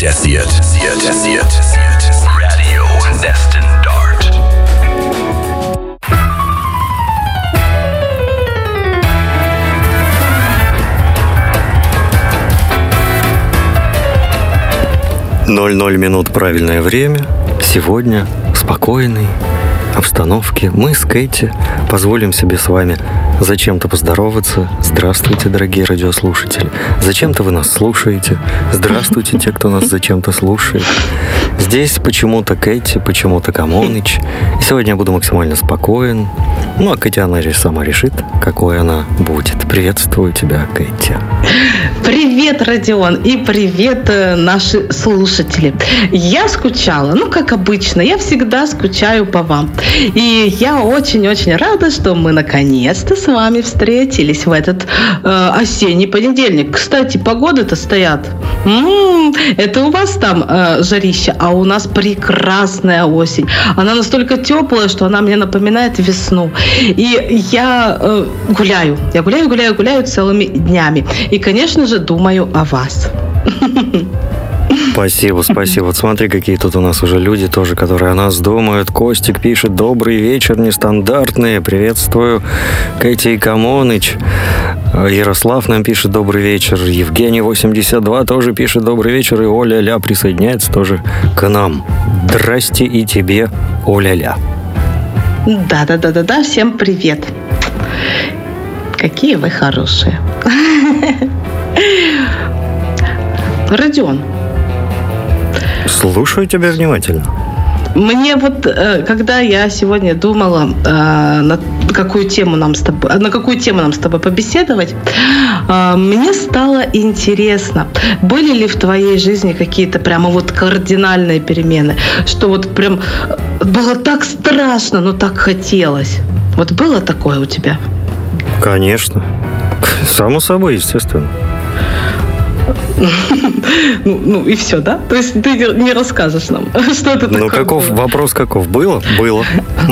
Desiat. Radio Nestendarт. Ноль минут правильное время. Сегодня в спокойной обстановке мы с Кэти позволим себе с вами зачем-то поздороваться. Здравствуйте, дорогие радиослушатели. Зачем-то вы нас слушаете. Здравствуйте, те, кто нас зачем-то слушает. Здесь почему-то Кэти, почему-то Камоныч. И сегодня я буду максимально спокоен. Ну, а Кэти, она сама решит, какой она будет. Приветствую тебя, Кэти. Привет, Родион, и привет, наши слушатели. Я скучала, как обычно, я всегда скучаю по вам. И я очень-очень рада, что мы наконец-то с вами встретились в этот осенний понедельник. Кстати, погоды-то стоят. Это у вас там жарище, а у нас прекрасная осень. Она настолько теплая, что она мне напоминает весну. И я гуляю целыми днями. И, конечно же, думаю о вас. Спасибо. Вот смотри, какие тут у нас уже люди тоже, которые о нас думают. Костик пишет: добрый вечер, нестандартные. Приветствую, Кэти и Камоныч. Ярослав нам пишет: добрый вечер. Евгений 82 тоже пишет: добрый вечер. И Оля-ля присоединяется тоже к нам. Здрасте и тебе, Оля-ля. Да, всем привет. Какие вы хорошие. Родион. Слушаю тебя внимательно. Мне когда я сегодня думала, на какую тему нам с тобой побеседовать, мне стало интересно, были ли в твоей жизни какие-то прямо кардинальные перемены, что прям было так страшно, но так хотелось. Было такое у тебя? Конечно. Само собой, естественно. И все, да? То есть ты не расскажешь нам, что это такое? Вопрос каков? Было? Было.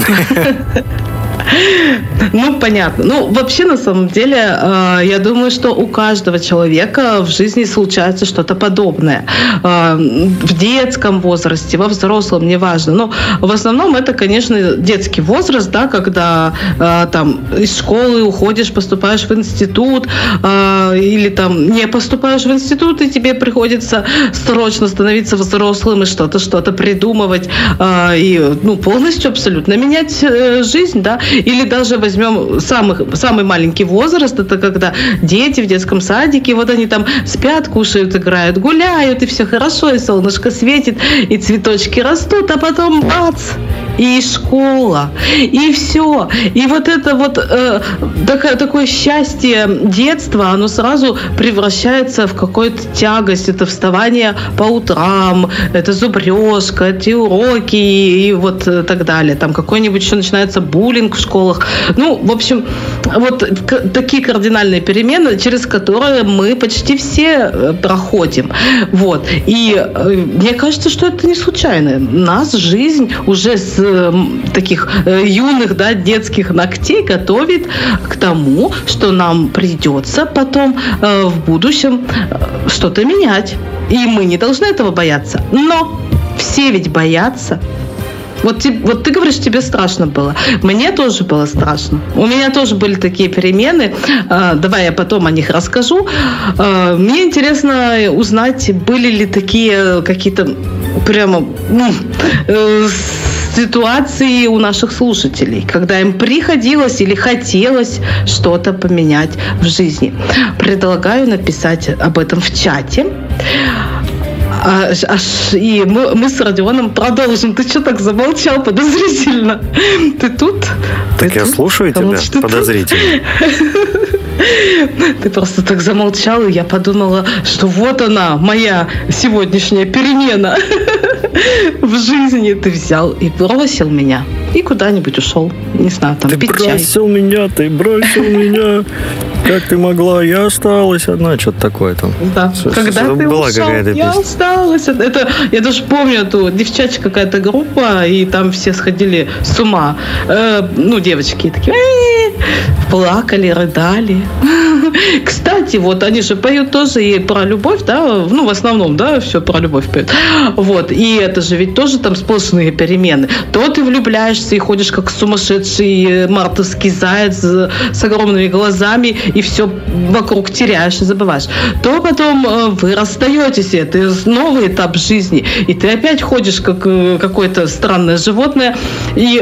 Понятно. Вообще, на самом деле, я думаю, что у каждого человека в жизни случается что-то подобное. В детском возрасте, во взрослом, неважно. Но в основном это, конечно, детский возраст, да, когда из школы уходишь, поступаешь в институт, или не поступаешь в институт, и тебе приходится срочно становиться взрослым и что-то придумывать, и полностью абсолютно менять жизнь, да. Или даже возьмем самый маленький возраст, это когда дети в детском садике, они там спят, кушают, играют, гуляют, и все хорошо, и солнышко светит, и цветочки растут, а потом бац, и школа, и все. И это такое счастье детства, оно сразу превращается в какую-то тягость. Это вставание по утрам, это зубрежка, эти уроки и так далее. Там какой-нибудь еще начинается буллинг в школах. В общем, такие кардинальные перемены, через которые мы почти все проходим. И мне кажется, что это не случайно. Нас жизнь уже с таких юных, да, детских ногтей готовит к тому, что нам придется потом в будущем что-то менять. И мы не должны этого бояться. Но все ведь боятся. Ты говоришь, тебе страшно было. Мне тоже было страшно. У меня тоже были такие перемены. Давай я потом о них расскажу. Мне интересно узнать, были ли такие какие-то прямо ситуации у наших слушателей, когда им приходилось или хотелось что-то поменять в жизни. Предлагаю написать об этом в чате. И мы с Родионом продолжим. Ты что так замолчал подозрительно? Ты тут? Так я слушаю тебя подозрительно. Ты просто так замолчал, и я подумала, что она, моя сегодняшняя перемена в жизни. Ты взял и бросил меня. И куда-нибудь ушел. Не знаю, пить чай. Ты бросил меня. Как ты могла? Я осталась одна. Что-то такое там. Да. Когда ты ушел, я осталась. Я даже помню эту девчачья какая-то группа, и там все сходили с ума. Девочки такие плакали, рыдали. Кстати, вот они же поют тоже и про любовь, да, ну, в основном, да, все про любовь поют. Вот, и это же ведь тоже там сплошные перемены. То ты влюбляешься и ходишь как сумасшедший мартовский заяц с огромными глазами, и все вокруг теряешь и забываешь. То потом вы расстаетесь, это новый этап жизни, и ты опять ходишь как какое-то странное животное, и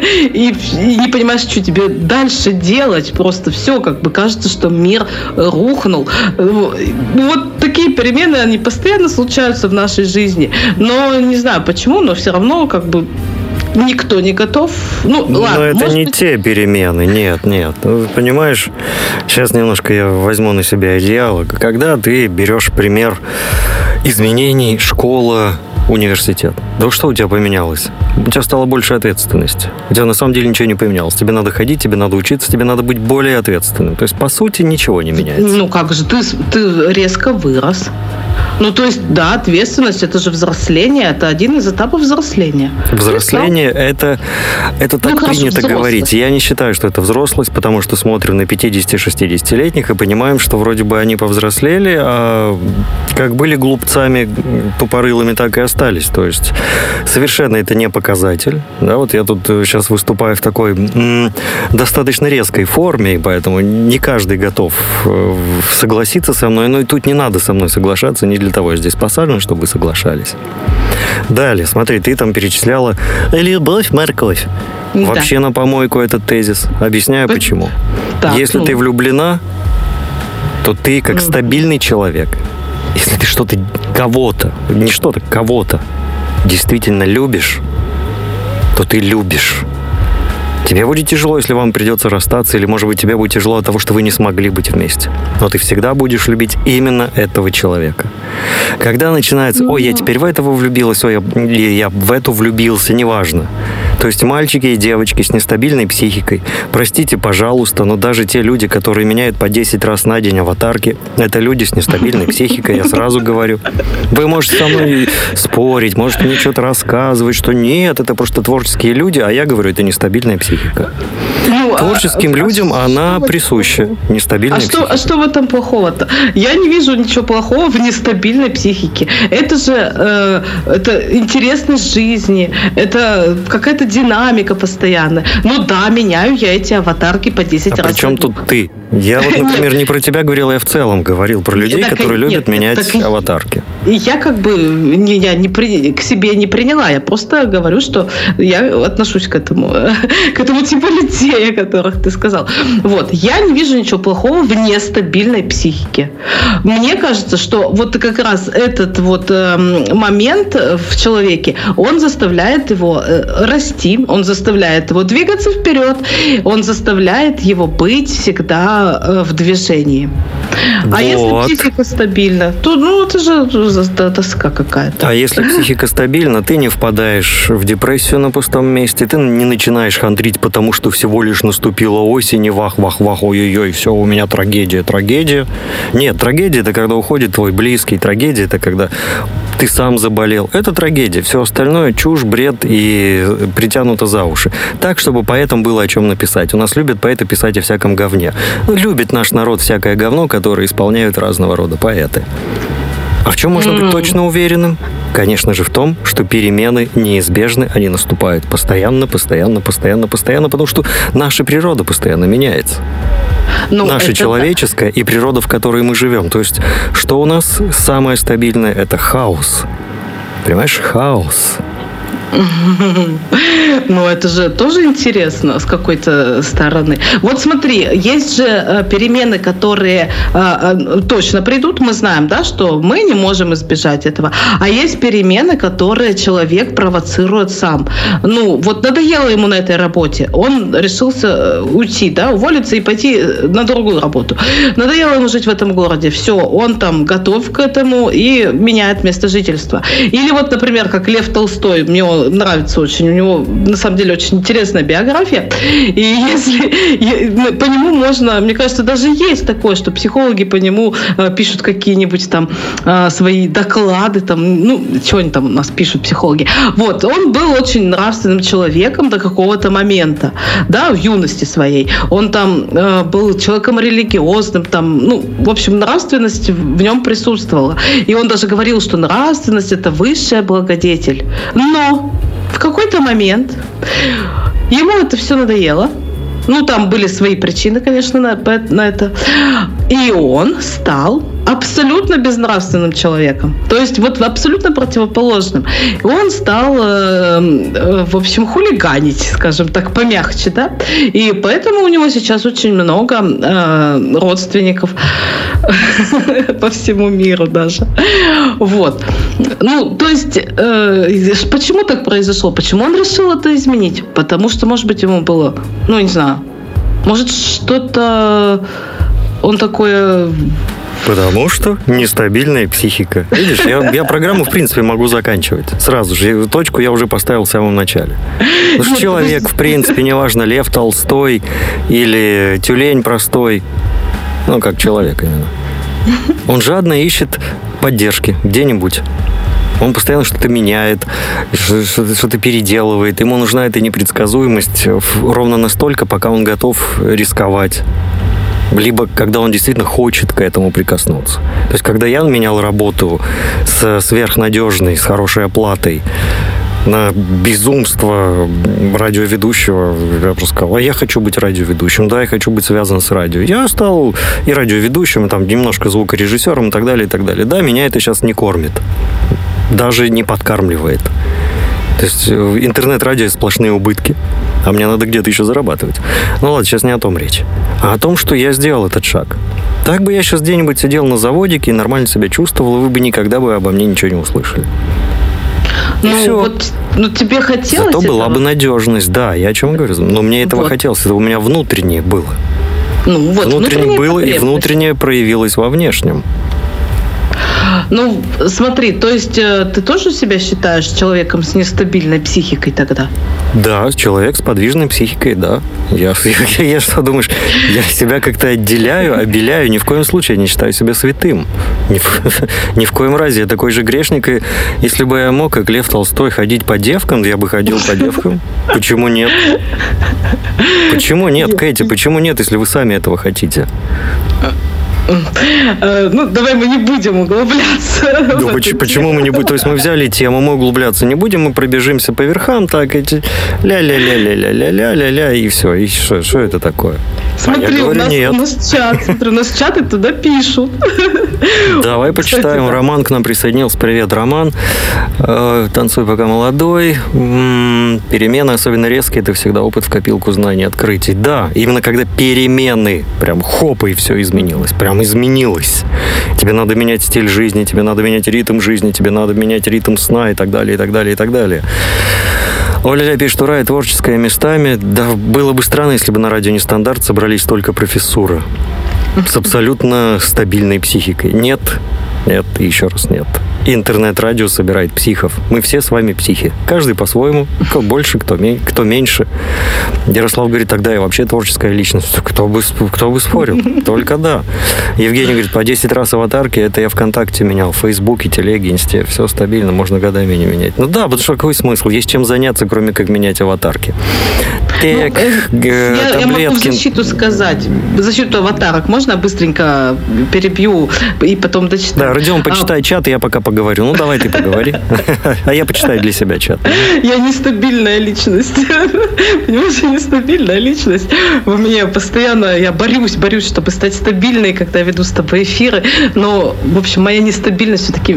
не понимаешь, что тебе дальше делать. Просто все, как бы кажется, что мир рухнул. Вот такие перемены, они постоянно случаются в нашей жизни. Но не знаю почему, но все равно как бы никто не готов. Ну, ладно. Но это не те перемены, нет. Понимаешь, сейчас немножко я возьму на себя одеяло. Когда ты берешь пример изменений школа, университет. Да что у тебя поменялось? У тебя стало больше ответственности. У тебя на самом деле ничего не поменялось. Тебе надо ходить, тебе надо учиться, тебе надо быть более ответственным. То есть, по сути, ничего не меняется. Ну как же, ты резко вырос. Ну, то есть, да, ответственность, это же взросление, это один из этапов взросления. Взросление, это так принято говорить. Я не считаю, что это взрослость, потому что смотрим на 50-60-летних и понимаем, что вроде бы они повзрослели, а как были глупцами, тупорылыми, так и остались. То есть, совершенно это не показатель. Да, вот я тут сейчас выступаю в такой достаточно резкой форме, и поэтому не каждый готов согласиться со мной, но и тут не надо со мной соглашаться, не для того я здесь посажен, чтобы вы соглашались. Далее, смотри, ты там перечисляла любовь, морковь. Да. Вообще на помойку этот тезис. Объясняю, почему. Так, если ты влюблена, то ты как стабильный человек. Если ты кого-то действительно любишь, то ты любишь. Тебе будет тяжело, если вам придется расстаться, или, может быть, тебе будет тяжело от того, что вы не смогли быть вместе. Но ты всегда будешь любить именно этого человека. Когда начинается, я теперь в этого влюбилась, я в эту влюбился, неважно. То есть мальчики и девочки с нестабильной психикой, простите, пожалуйста, но даже те люди, которые меняют по 10 раз на день аватарки, это люди с нестабильной психикой, я сразу говорю. Вы можете со мной спорить, можете мне что-то рассказывать, что нет, это просто творческие люди, а я говорю, это нестабильная психика. Творческим людям она присуща, нестабильная психика. А что в этом плохого-то? Я не вижу ничего плохого в нестабильной психике. Это же это интересность жизни, это какая-то динамика постоянная. Ну да, меняю я эти аватарки по 10 раз. Причем тут ты? Я вот, например, не про тебя говорил, я в целом говорил про людей, которые любят менять аватарки. Я как бы к себе не приняла, я просто говорю, что я отношусь к этому типу людей, о которых ты сказал. Вот, я не вижу ничего плохого в нестабильной психике. Мне кажется, что вот как раз этот вот момент в человеке, он заставляет его расти, он заставляет его двигаться вперед, он заставляет его быть всегда в движении. А если психика стабильна, то это же тоска какая-то. А если психика стабильна, ты не впадаешь в депрессию на пустом месте, ты не начинаешь хандрить, потому что всего лишь наступила осень, и вах-вах-вах, ой-ой-ой, все, у меня трагедия. Нет, трагедия – это когда уходит твой близкий, трагедия – это когда ты сам заболел. Это трагедия. Все остальное – чушь, бред и притянуто за уши. Так, чтобы поэтам было о чем написать. У нас любят поэты писать о всяком говне. Любит наш народ всякое говно, которое исполняют разного рода поэты. А в чем можно быть точно уверенным? Конечно же в том, что перемены неизбежны, они наступают постоянно, потому что наша природа постоянно меняется. Наша человеческая и природа, в которой мы живем. То есть, что у нас самое стабильное? Это хаос. Понимаешь? Хаос. Ну, это же тоже интересно с какой-то стороны. Вот смотри, есть же перемены, которые точно придут, мы знаем, да, что мы не можем избежать этого. А есть перемены, которые человек провоцирует сам. Ну, вот надоело ему на этой работе, он решился уйти, да, уволиться и пойти на другую работу. Надоело ему жить в этом городе, все, он там готов к этому и меняет место жительства. Или вот, например, как Лев Толстой, мне он нравится очень. У него, на самом деле, очень интересная биография. И если по нему можно, мне кажется, даже есть такое, что психологи по нему пишут какие-нибудь там свои доклады, там, ну, что они там у нас пишут, психологи. Вот, он был очень нравственным человеком до какого-то момента, да, в юности своей. Он там был человеком религиозным, там, ну, в общем, нравственность в нем присутствовала. И он даже говорил, что нравственность – это высшая благодетель. Но в какой-то момент ему это все надоело. Ну, там были свои причины, конечно, на это. И он стал абсолютно безнравственным человеком. То есть вот абсолютно противоположным. И он стал, в общем, хулиганить, скажем так, помягче, да. И поэтому у него сейчас очень много родственников по всему миру даже. Вот. Ну, то есть, почему так произошло? Почему он решил это изменить? Потому что, может быть, ему было, ну, не знаю, может, что-то он такое... Потому что нестабильная психика. Видишь, я программу, в принципе, могу заканчивать. Сразу же. Точку я уже поставил в самом начале. Потому что человек, в принципе, неважно, Лев Толстой или тюлень простой, ну, как человек именно, он жадно ищет поддержки где-нибудь. Он постоянно что-то меняет, что-то переделывает. Ему нужна эта непредсказуемость ровно настолько, пока он готов рисковать. Либо когда он действительно хочет к этому прикоснуться. То есть, когда я менял работу с сверхнадежной, с хорошей оплатой, на безумство радиоведущего, я просто сказал, а я хочу быть радиоведущим, да, я хочу быть связан с радио. Я стал и радиоведущим, и там немножко звукорежиссером и так далее, и так далее. Да, меня это сейчас не кормит, даже не подкармливает. То есть интернет-радио сплошные убытки, а мне надо где-то еще зарабатывать. Ну ладно, сейчас не о том речь, а о том, что я сделал этот шаг. Так бы я сейчас где-нибудь сидел на заводике и нормально себя чувствовал, и вы бы никогда бы обо мне ничего не услышали. Ну, все. Вот, ну, тебе хотелось Зато этого? Была бы надежность, да, я о чем говорю. Но мне этого вот хотелось, это у меня внутреннее было. Ну, вот, внутреннее было, и внутреннее проявилось во внешнем. Ну, смотри, то есть ты тоже себя считаешь человеком с нестабильной психикой тогда? Да, человек с подвижной психикой, да. Я что думаешь, я себя как-то отделяю, обеляю? Ни в коем случае я не считаю себя святым. Ни в коем разе. Я такой же грешник, и если бы я мог, как Лев Толстой, ходить по девкам, я бы ходил по девкам. Почему нет? Почему нет, Кэти? Почему нет, если вы сами этого хотите? Ну, давай мы не будем углубляться. Да, почему мы не будем? То есть мы взяли тему, мы углубляться не будем, мы пробежимся по верхам, так, эти ля-ля-ля-ля-ля-ля-ля-ля-ля, и все. И что это такое? Смотри, у нас чат, и туда пишут. Давай почитаем. Кстати, Роман к нам присоединился. Привет, Роман. Танцуй, пока молодой. Перемены, особенно резкие, это всегда опыт в копилку знаний, открытий. Да, именно когда перемены, прям хоп, и все изменилось. Прям изменилось. Тебе надо менять стиль жизни, тебе надо менять ритм жизни, тебе надо менять ритм сна и так далее, и так далее, и так далее. Оля пишет, ура, творческое местами. Да, было бы странно, если бы на радио «Нестандарт» собрались только профессура с абсолютно стабильной психикой. Нет, и еще раз нет. Интернет-радио собирает психов. Мы все с вами психи. Каждый по-своему. Кто больше, кто меньше. Ярослав говорит, тогда я вообще творческая личность. Кто бы спорил? Только да. Евгений говорит, по 10 раз аватарки, это я ВКонтакте менял. В Фейсбуке, Телеге, Инсте. Все стабильно, можно годами не менять. Ну да, потому что какой смысл? Есть чем заняться, кроме как менять аватарки. Я могу в защиту сказать. В защиту аватарок. Можно быстренько перебью и потом дочитаю? Да, Родион, почитай чат, и я пока поговорю. Ну, давай ты поговори. А я почитаю для себя чат. Я нестабильная личность. Понимаешь, я нестабильная личность. Во мне постоянно, я борюсь, чтобы стать стабильной, когда я веду с тобой эфиры. Но, в общем, моя нестабильность все-таки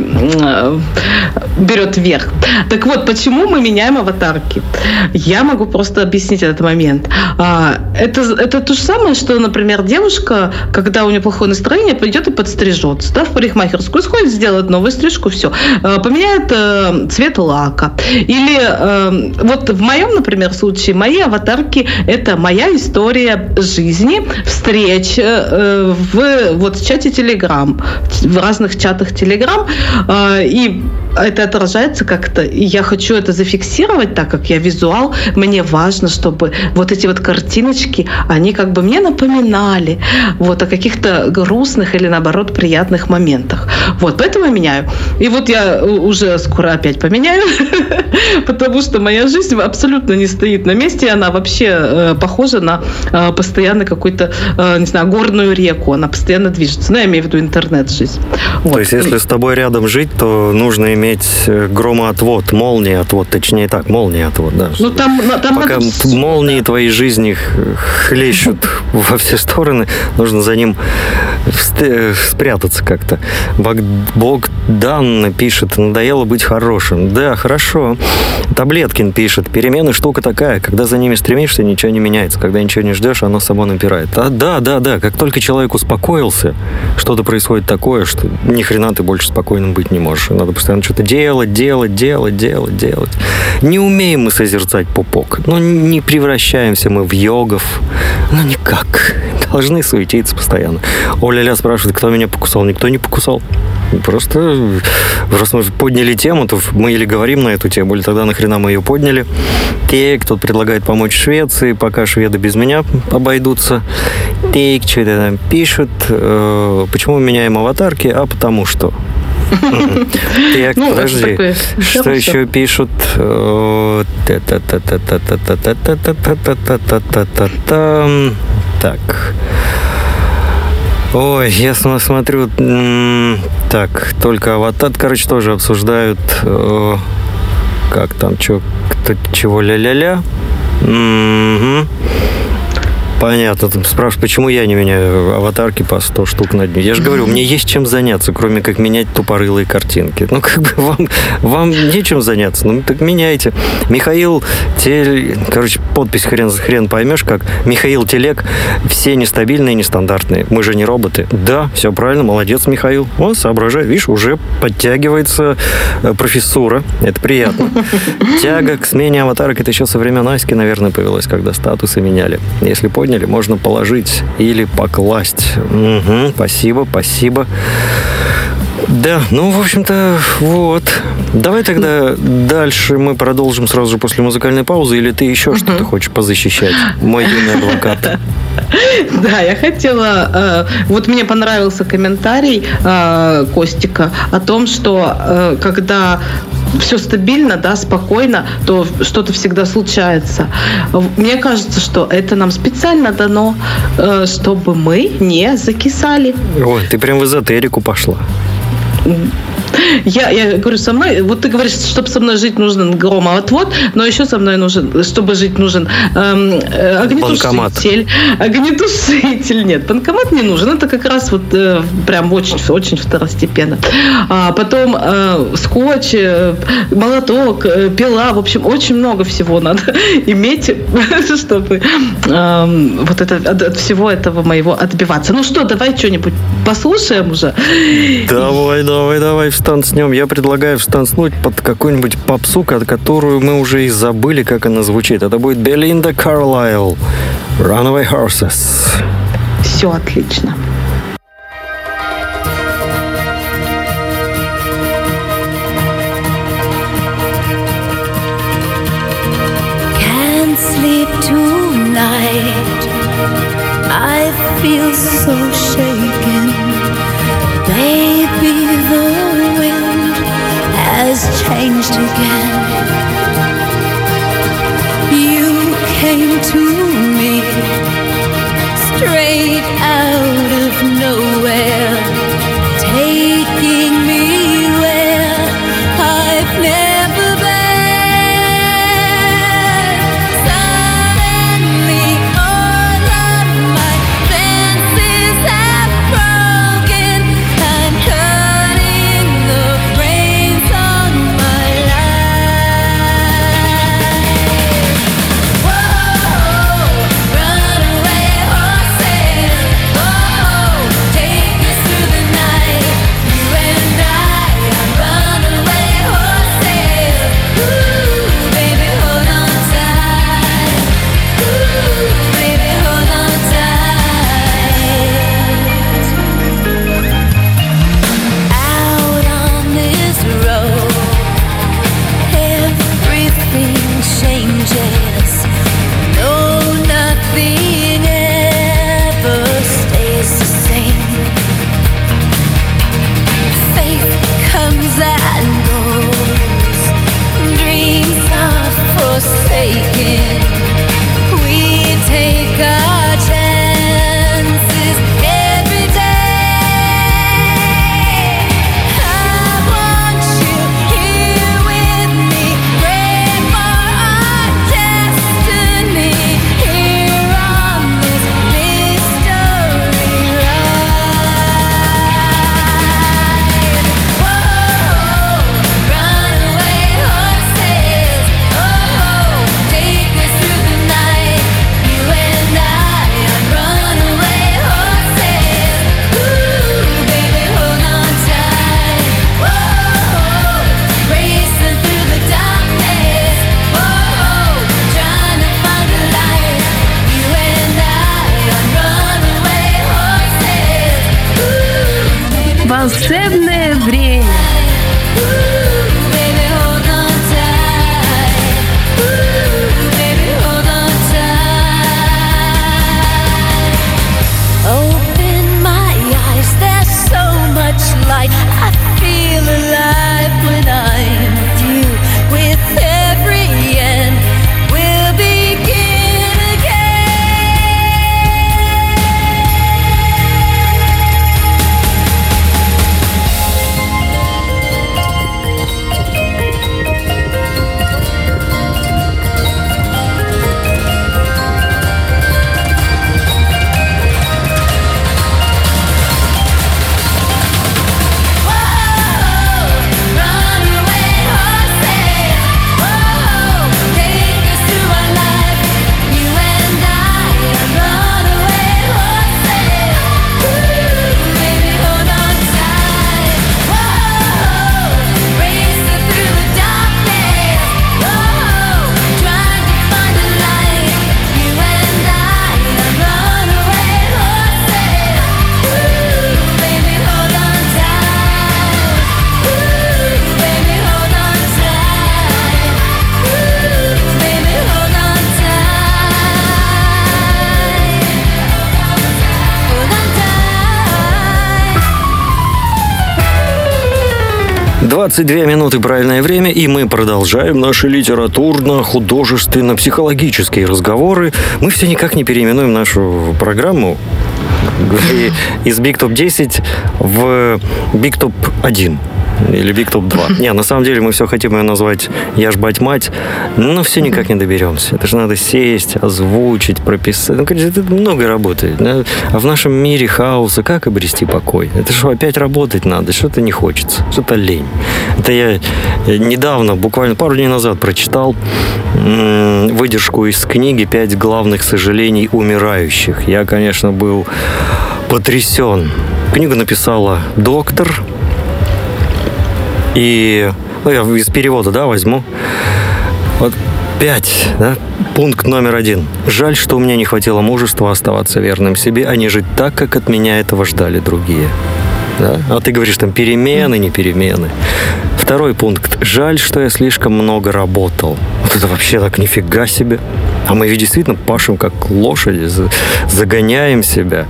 берет вверх. Так вот, почему мы меняем аватарки? Я могу просто объяснить этот момент. Это то же самое, что, например, девушка, когда у нее плохое настроение, пойдет и подстрижется, да, в парикмахерскую, сходит, сделает новую стрижку, все, поменяет цвет лака. Или вот в моем, например, случае, мои аватарки – это моя история жизни, встреч в чате Telegram, в разных чатах Telegram, и это отражается как-то, и я хочу это зафиксировать, так как я визуал, мне важно, чтобы вот эти вот картиночки, они как бы мне напоминали вот о каких-то грустных или, наоборот, приятных моментах. Вот, поэтому я меняю. И вот я уже скоро опять поменяю, потому что моя жизнь абсолютно не стоит на месте, она вообще похожа на постоянно какую-то, не знаю, горную реку, она постоянно движется. Ну, я имею в виду интернет-жизнь. Вот. То есть, если с тобой рядом жить, то нужно иметь громоотвод, молниеотвод, точнее так, молниеотвод, да. Ну, там пока молнии твоей жизни хлещут во все стороны, нужно за ним спрятаться как-то. Богдан пишет, надоело быть хорошим. Да, хорошо. Таблеткин пишет, перемены штука такая, когда за ними стремишься, ничего не меняется. Когда ничего не ждешь, оно само напирает. Да. Как только человек успокоился, что-то происходит такое, что ни хрена ты больше спокойным быть не можешь. Надо постоянно что-то делать. Не умеем мы созерцать пупок. Ну, не превращаемся мы в йогов. Ну, никак. Должны суетиться постоянно. Оля-ля спрашивает, кто меня покусал. Никто не покусал. Просто мы подняли тему, то мы или говорим на эту тему, или тогда нахрена мы ее подняли. Кто-то предлагает помочь Швеции, пока шведы без меня обойдутся. Что-то там пишут. Почему мы меняем аватарки? А потому что. Так, подожди. Что еще пишут? Так. Ой, я смотрю, так, только аватар, короче, тоже обсуждают, как там, чего ля-ля-ля. Понятно. Там спрашивают, почему я не меняю аватарки по 100 штук на дню. Я же говорю, мне есть чем заняться, кроме как менять тупорылые картинки. Ну, как бы вам нечем заняться. Ну, так меняйте. Михаил короче, подпись хрен поймешь, как Михаил Телек. Все нестабильные, нестандартные. Мы же не роботы. Да, все правильно, молодец, Михаил. Он соображает. Видишь, уже подтягивается профессура. Это приятно. Тяга к смене аватарок, это еще со времен Аськи, наверное, появилась, когда статусы меняли. Если подняли, можно положить или покласть. Угу, спасибо. Да, ну, в общем-то, вот. Давай тогда дальше мы продолжим сразу же после музыкальной паузы, или ты еще что-то хочешь позащищать, мой юный адвокат? Да, я хотела... Вот мне понравился комментарий Костика о том, что когда все стабильно, да, спокойно, то что-то всегда случается. Мне кажется, что это нам специально дано, чтобы мы не закисали. Ой, ты прям в эзотерику пошла. Я говорю, со мной, вот ты говоришь, чтобы со мной жить нужен громоотвод, но еще со мной нужен, чтобы жить нужен огнетушитель. Огнетушитель, нет, банкомат не нужен, это как раз вот прям очень второстепенно. Потом скотч, молоток, пила, в общем, очень много всего надо иметь, чтобы вот это, от всего этого моего отбиваться. Ну что, давай что-нибудь послушаем уже. Давай встанцнем. Я предлагаю встанцнуть под какую-нибудь попсу, которую мы уже и забыли, как она звучит. Это будет Белинда Карлайл, Runaway Horses. Все отлично. Can't sleep tonight. I feel so shaken. Baby, the wind has changed again. You came to me straight out of nowhere, taking me where I've never been. Suddenly all of my senses have broken. I'm cutting the reins on my life. Whoa, runaway horses. Oh, take волшебное время. Baby, hold on tight. Baby, hold on tight. Open my eyes, there's so much light. I feel alive when I'm with you. With every end, we'll begin again. 22 минуты правильное время, и мы продолжаем наши литературно-художественно-психологические разговоры. Мы все никак не переименуем нашу программу из Big Top 10 в Big Top 1. Или Big Top 2. Не, на самом деле мы все хотим ее назвать «Я ж бать-мать», но все никак не доберемся. Это же надо сесть, озвучить, прописать. Ну, короче, это много работы. Да? А в нашем мире хаоса как обрести покой? Это же опять работать надо, что-то не хочется, что-то лень. Это я недавно, буквально пару дней назад прочитал выдержку из книги «5 главных сожалений умирающих». Я, конечно, был потрясен. Книгу написала доктор. И я из перевода, возьму. Вот 5, пункт номер 1. Жаль, что у меня не хватило мужества оставаться верным себе, а не жить так, как от меня этого ждали другие. Да? А ты говоришь, там, перемены, не перемены. 2 пункт. Жаль, что я слишком много работал. Вот это вообще так нифига себе. А мы ведь действительно пашем как лошади, загоняем себя.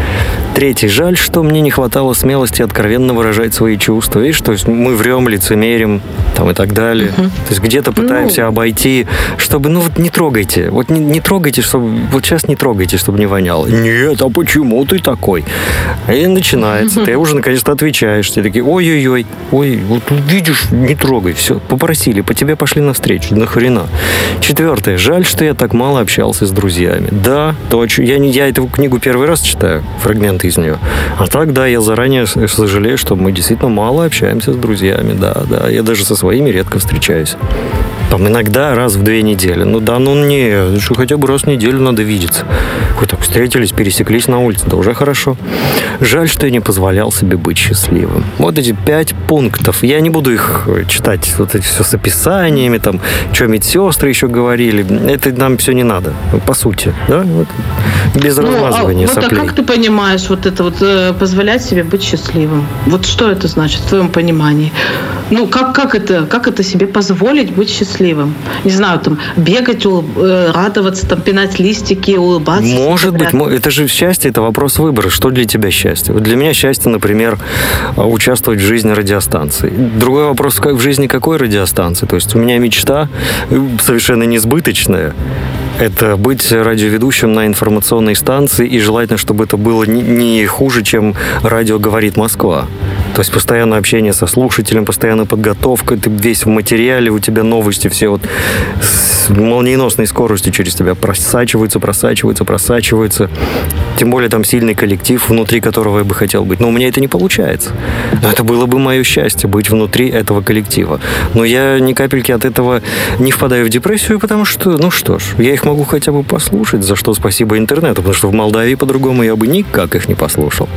3. Жаль, что мне не хватало смелости откровенно выражать свои чувства. Видишь, то есть мы врем, лицемерим там, и так далее. То есть где-то пытаемся обойти, чтобы, не трогайте. Вот не трогайте, чтобы... Вот сейчас не трогайте, чтобы не воняло. Нет, а почему ты такой? И начинается. Ты уже наконец-то отвечаешь. Все такие, ой-ой-ой, ой, вот видишь, не трогай. Все, попросили, по тебе пошли навстречу. Нахрена? 4. Жаль, что я так мало общался с друзьями. Да, точно. Я эту книгу первый раз читаю, фрагменты из нее. А так, да, я заранее сожалею, что мы действительно мало общаемся с друзьями. Да. Я даже со своими редко встречаюсь. Там иногда раз в 2 недели. Что хотя бы раз в неделю надо видеться. Хоть так встретились, пересеклись на улице, да уже хорошо. Жаль, что я не позволял себе быть счастливым. Вот эти 5 пунктов. Я не буду их читать, вот эти все с описаниями, там, что медсестры еще говорили. Это нам все не надо, по сути. Да? Вот. Без размазывания соплей. А как ты понимаешь вот это вот позволять себе быть счастливым? Вот что это значит в твоем понимании? Как это себе позволить быть счастливым? Не знаю, там, бегать, радоваться, там, пинать листики, улыбаться. Может быть, это же счастье, это вопрос выбора. Что для тебя счастье? Вот для меня счастье, например, участвовать в жизни радиостанции. Другой вопрос, в жизни какой радиостанции? То есть у меня мечта совершенно несбыточная. Это быть радиоведущим на информационной станции, и желательно, чтобы это было не хуже, чем «Радио говорит Москва». То есть постоянное общение со слушателем, постоянная подготовка, ты весь в материале, у тебя новости все вот с молниеносной скоростью через тебя просачиваются. Тем более там сильный коллектив, внутри которого я бы хотел быть. Но у меня это не получается. Но это было бы мое счастье, быть внутри этого коллектива. Но я ни капельки от этого не впадаю в депрессию, потому что, я их могу хотя бы послушать, за что спасибо интернету, потому что в Молдавии по-другому я бы никак их не послушал.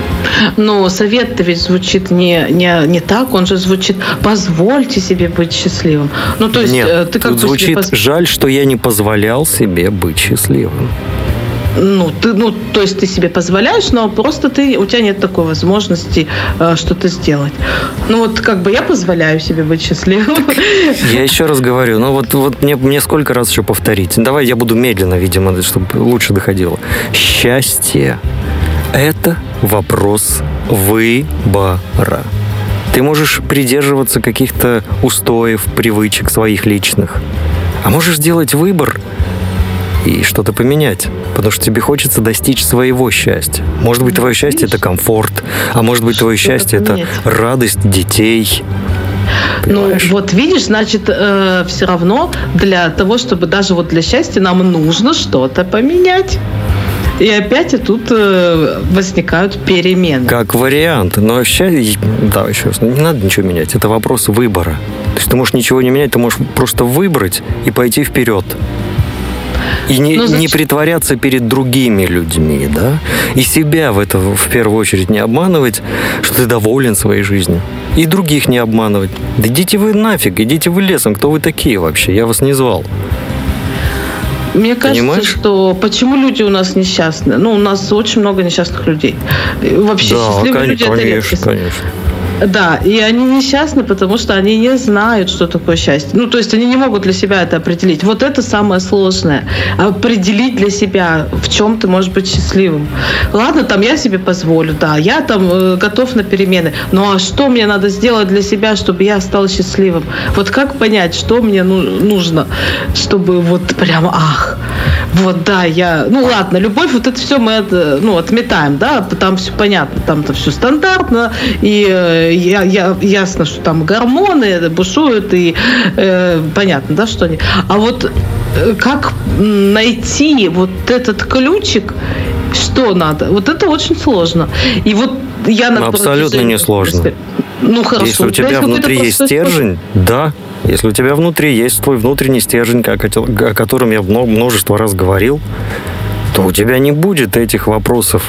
Но совет-то ведь звучит не так, он же звучит «позвольте себе быть счастливым». Нет, ты как тут звучит «жаль, что я не позволял себе быть счастливым». то есть ты себе позволяешь, но просто у тебя нет такой возможности что-то сделать. Я позволяю себе быть счастливым. Я еще раз говорю, мне сколько раз еще повторить? Давай я буду медленно, видимо, чтобы лучше доходило. Счастье – это вопрос выбора. Ты можешь придерживаться каких-то устоев, привычек своих личных, а можешь сделать выбор и что-то поменять, потому что тебе хочется достичь своего счастья. Может быть, твое счастье – это комфорт, а может быть, твое счастье – это радость детей. Понимаешь? Видишь, значит, все равно для того, чтобы даже для счастья нам нужно что-то поменять. И опять тут возникают перемены. Как вариант. Но вообще, еще раз, не надо ничего менять. Это вопрос выбора. То есть ты можешь ничего не менять, ты можешь просто выбрать и пойти вперед. И не притворяться перед другими людьми, да? И себя в первую очередь не обманывать, что ты доволен своей жизнью. И других не обманывать. Да идите вы нафиг, идите вы лесом. Кто вы такие вообще? Я вас не звал. Мне кажется, что почему люди у нас несчастны? У нас очень много несчастных людей. Вообще счастливые люди – это редкость. Конечно. Да, и они несчастны, потому что они не знают, что такое счастье. То есть они не могут для себя это определить. Вот это самое сложное. Определить для себя, в чем ты можешь быть счастливым. Ладно, я себе позволю, да, я готов на перемены. А что мне надо сделать для себя, чтобы я стал счастливым? Как понять, что мне нужно, чтобы ладно, любовь, это все мы отметаем, да, там все понятно, там-то все стандартно, и ясно, что там гормоны бушуют, и понятно, да, что они. А как найти этот ключик, что надо, это очень сложно. И я абсолютно не сложно. Хорошо. Если у тебя внутри есть стержень, да. Если у тебя внутри есть твой внутренний стержень, о котором я множество раз говорил, то у тебя не будет этих вопросов.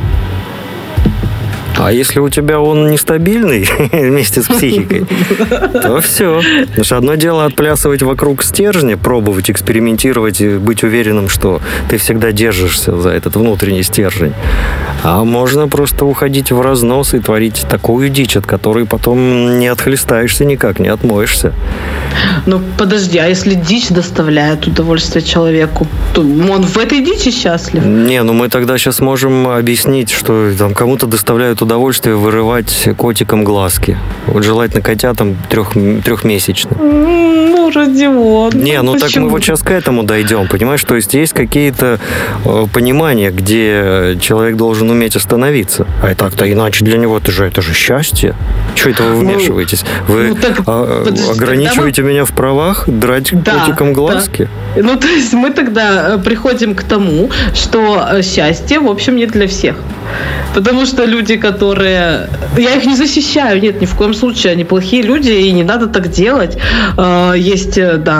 А если у тебя он нестабильный вместе с психикой, то все. Потому что одно дело отплясывать вокруг стержня, пробовать, экспериментировать и быть уверенным, что ты всегда держишься за этот внутренний стержень. А можно просто уходить в разнос и творить такую дичь, от которой потом не отхлестаешься никак, не отмоешься. Подожди, а если дичь доставляет удовольствие человеку, то он в этой дичи счастлив? Не, мы тогда сейчас можем объяснить, что кому-то доставляют удовольствие вырывать котикам глазки. Желательно котятам трехмесячным. Родион. Не, так мы сейчас к этому дойдем, понимаешь? То есть какие-то понимания, где человек должен уметь остановиться. А так-то иначе для него это же счастье. Чего это вы вмешиваетесь? Вы ограничиваете меня в правах драть котикам глазки? Да. То есть мы тогда приходим к тому, что счастье, в общем, не для всех. Потому что люди, которые... Я их не защищаю, нет, ни в коем случае. Они плохие люди, и не надо так делать. Есть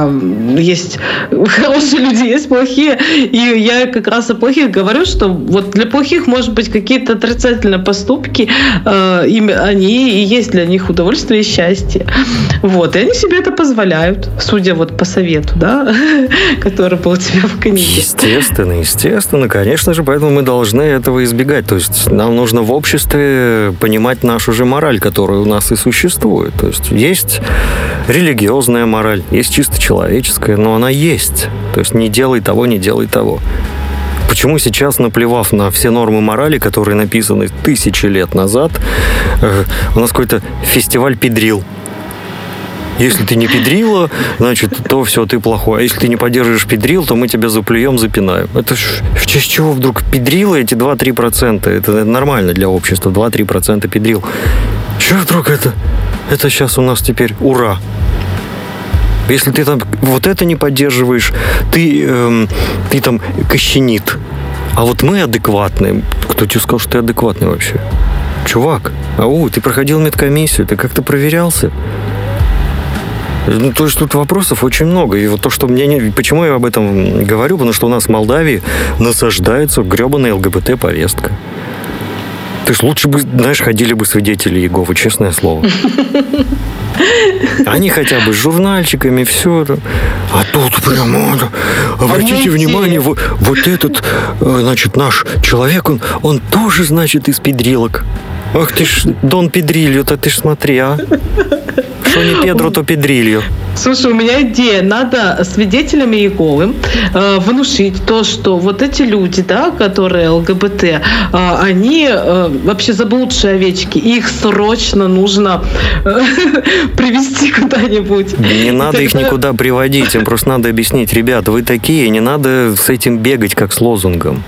хорошие люди, есть плохие. И я как раз о плохих говорю, что для плохих, может быть, какие-то отрицательные поступки, они и есть для них удовольствие и счастье. И они себе это позволяют, судя по совету, да, который был у тебя в книге. Естественно, конечно же, поэтому мы должны этого избегать. То есть нам нужно в обществе понимать нашу же мораль, которая у нас и существует. То есть религиозная мораль, есть чисто человеческая, но она есть. То есть не делай того, не делай того. Почему сейчас, наплевав на все нормы морали, которые написаны 1000 лет назад, у нас какой-то фестиваль педрил? Если ты не педрила, значит, то все, ты плохой. А если ты не поддерживаешь педрил, то мы тебя заплюем, запинаем. Это в честь чего вдруг педрила эти 2-3%? Это нормально для общества, 2-3% педрил. Чего вдруг это? Это сейчас у нас теперь ура. Если ты там это не поддерживаешь, ты там кощенит. А мы адекватные. Кто тебе сказал, что ты адекватный вообще? Чувак, ты проходил медкомиссию, ты как-то проверялся? То есть тут вопросов очень много. И то, что почему я об этом говорю, потому что у нас в Молдавии насаждается гребаная ЛГБТ-повестка. То есть лучше бы, ходили бы свидетели Иеговы, честное слово. Они хотя бы с журнальчиками, все это. А тут прямо, обратите внимание, вот этот, значит, наш человек, он тоже, значит, из педрилок. Ах ты ж, Дон Педрильо-то, ты ж смотри, а. Что не Педро, то Педрильо. Слушай, у меня идея. Надо свидетелями Иеговы внушить то, что вот эти люди, да, которые ЛГБТ, они вообще заблудшие овечки. Их срочно нужно привести куда-нибудь. Не надо их никуда приводить. Им просто надо объяснить: ребята, вы такие, не надо с этим бегать, как с лозунгом.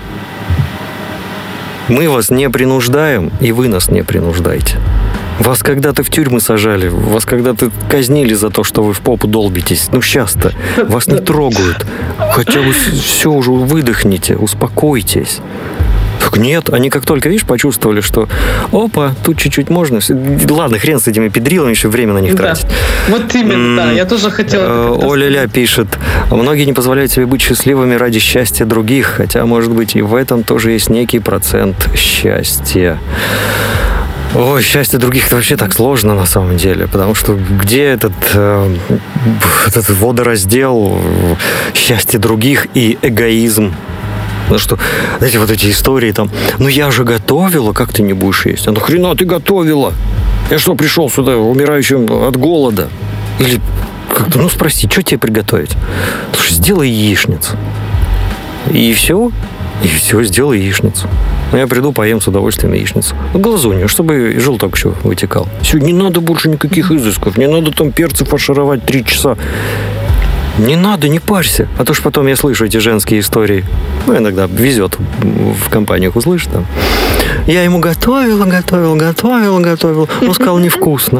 Мы вас не принуждаем, и вы нас не принуждаете. Вас когда-то в тюрьмы сажали, вас когда-то казнили за то, что вы в попу долбитесь. Ну, сейчас-то вас не трогают. Хотя вы все уже выдохните, успокойтесь. Так нет, они как только, видишь, почувствовали, что опа, тут чуть-чуть можно. Ладно, хрен с этими педрилами, еще время на них тратить. Вот именно, да, я тоже хотела. Оля-ля пишет: многие не позволяют себе быть счастливыми ради счастья других, хотя, может быть, и в этом тоже есть некий процент счастья. Ой, счастье других — это вообще так сложно на самом деле, потому что где этот водораздел счастья других и эгоизм? Потому что, знаете, вот эти истории там: ну я же готовила, как ты не будешь есть? А ну хрена ты готовила? Я что, пришел сюда умирающим от голода? Или как-то, ну спроси, что тебе приготовить? Слушай, сделай яичницу. И все, сделай яичницу. Ну, я приду, поем с удовольствием яичницу. Глазунью, чтобы желток еще вытекал. Все, не надо больше никаких изысков. Не надо там перцы фаршировать 3 часа. Не надо, не парься. А то ж потом я слышу эти женские истории. Ну, иногда везет в компаниях услышать там. Я ему готовила. Он сказал: невкусно.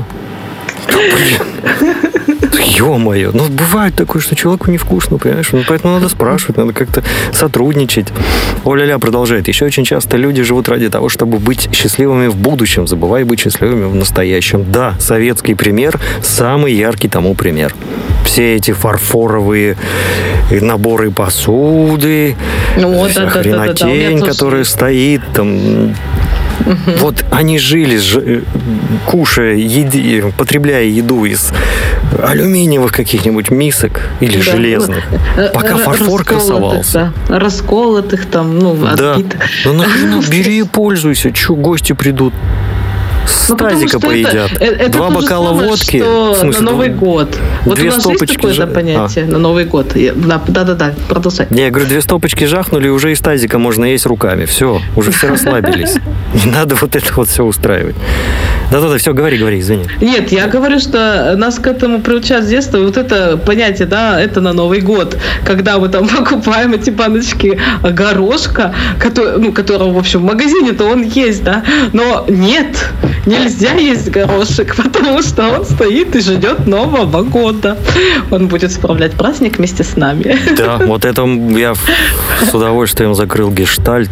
Блин. Ё-моё, ну бывает такое, что человеку невкусно, понимаешь? Ну, поэтому надо спрашивать, надо как-то сотрудничать. Оля-ля продолжает: еще очень часто люди живут ради того, чтобы быть счастливыми в будущем, забывая быть счастливыми в настоящем. Да, советский пример самый яркий тому пример. Все эти фарфоровые наборы посуды, вся хренотень, которая стоит там. Вот они жили, кушая, потребляя еду из алюминиевых каких-нибудь мисок или железных, пока фарфор красовался. Да, расколотых там, отбитых. Ну нахрена, бери и пользуйся, что гости придут. С тазика поедят. Это 2 бокала водки. В смысле, на Новый год. Вот 2 у нас есть такое понятие на Новый год. Да, продолжай. Я говорю, 2 стопочки жахнули, и уже из тазика можно есть руками. Все, уже все расслабились. Не надо вот это вот все устраивать. Да, все, говори, извини. Нет, я говорю, что нас к этому приучают с детства. Вот это понятие, да, это на Новый год, когда мы там покупаем эти баночки горошка, которого, в общем, в магазине-то он есть, да, но нет, нельзя есть горошек, потому что он стоит и ждет Нового года. Он будет справлять праздник вместе с нами. Да, вот это я с удовольствием закрыл гештальт,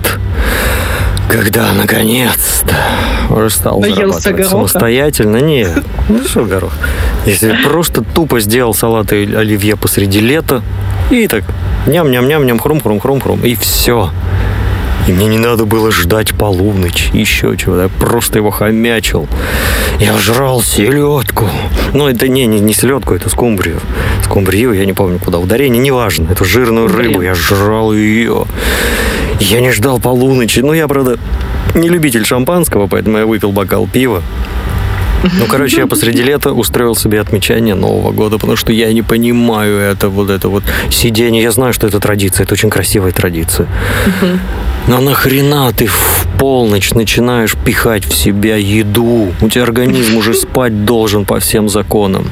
когда наконец-то уже стал зарабатывать самостоятельно. Нет, ну что горох. Если просто тупо сделал салат оливье посреди лета и так ням-ням-ням-ням, хрум-хрум-хрум-хрум, и все. И мне не надо было ждать полуночь, еще чего-то. Я просто его хомячил. Я жрал селедку. Но это не селедку, это скумбрию. Скумбрию, я не помню куда. Ударение, неважно. Эту жирную рыбу, я жрал ее. Я не ждал полуночи. Ну, я, правда, не любитель шампанского, поэтому я выпил бокал пива. Ну, короче, я посреди лета устроил себе отмечание Нового года, потому что я не понимаю это вот сидение. Я знаю, что это традиция, это очень красивая традиция. Но нахрена ты в полночь начинаешь пихать в себя еду? У тебя организм уже спать должен по всем законам.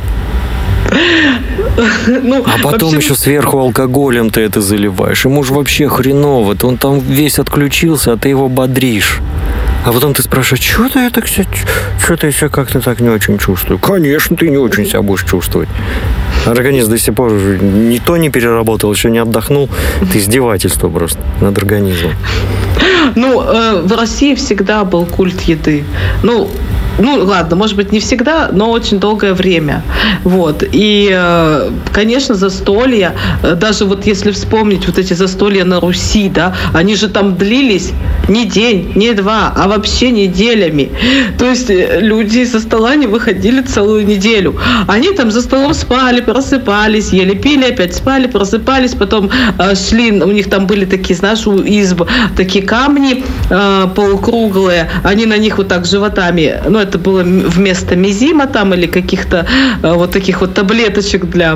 А потом еще сверху алкоголем ты это заливаешь. Ему же вообще хреново. Он там весь отключился, а ты его бодришь. А потом ты спрашиваешь: что-то я себя как-то так не очень чувствую. Конечно, ты не очень себя будешь чувствовать. Организм до сих пор ни то не переработал, еще не отдохнул. Это издевательство просто над организмом. В России всегда был культ еды. ну, ладно, может быть, не всегда, но очень долгое время. Вот. И, конечно, застолья, даже вот если вспомнить вот эти застолья на Руси, да, они же там длились не день, не два, а вообще неделями. То есть люди со стола не выходили целую неделю. Они там за столом спали, просыпались, ели, пили, опять спали, просыпались, потом шли, у них там были такие, знаешь, у изб такие камни полукруглые, они на них вот так животами, ну, это было вместо мизима там или каких-то вот таких вот таблеточек для,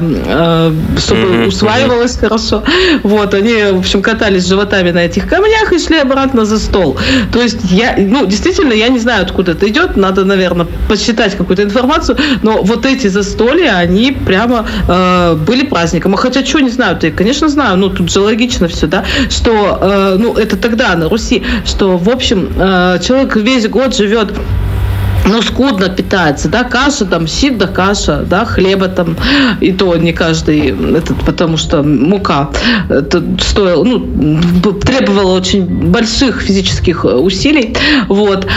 чтобы усваивалось хорошо. Вот, они, в общем, катались животами на этих камнях и шли обратно за стол. То есть действительно, я не знаю, откуда это идет, надо, наверное, почитать какую-то информацию, но вот эти застолья, они прямо были праздником. А хотя, что не знаю, ты, конечно, знаю, ну, тут же логично все, да, что, ну, это тогда на Руси, что, в общем, человек весь год живет, ну, скудно питается, да, каша там, щит да каша, да, хлеба там, и то не каждый, потому что мука стоила, ну, требовала очень больших физических усилий, вот.